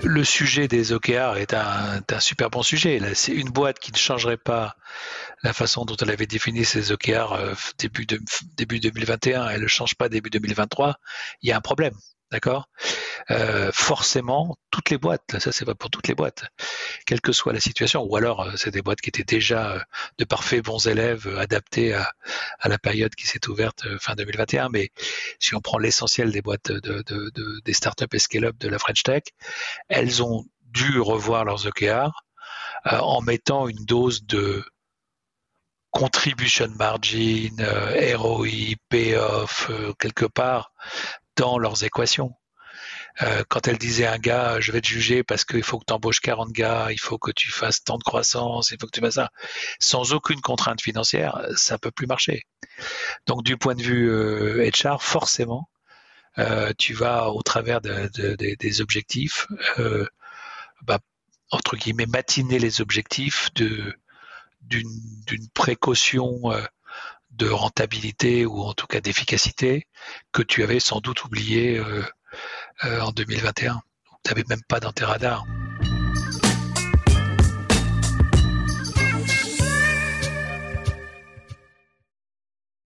le sujet des OKR est un super bon sujet. Là, c'est une boîte qui ne changerait pas la façon dont elle avait défini ses OKR début 2021, elle ne change pas début 2023, il y a un problème. D'accord. Forcément, toutes les boîtes, ça c'est pas pour toutes les boîtes, quelle que soit la situation, ou alors c'est des boîtes qui étaient déjà de parfaits bons élèves adaptés à la période qui s'est ouverte fin 2021. Mais si on prend l'essentiel des boîtes des startups et scale-up de la French Tech, elles ont dû revoir leurs OKR en mettant une dose de contribution margin, ROI, payoff, quelque part dans leurs équations. Quand elle disait à un gars, je vais te juger parce qu'il faut que tu embauches 40 gars, il faut que tu fasses tant de croissance, il faut que tu fasses ça, sans aucune contrainte financière, ça ne peut plus marcher. Donc du point de vue HR, forcément, tu vas au travers des objectifs, bah, entre guillemets, matiner les objectifs d'une précaution de rentabilité ou en tout cas d'efficacité que tu avais sans doute oublié en 2021. Tu n'avais même pas dans tes radars.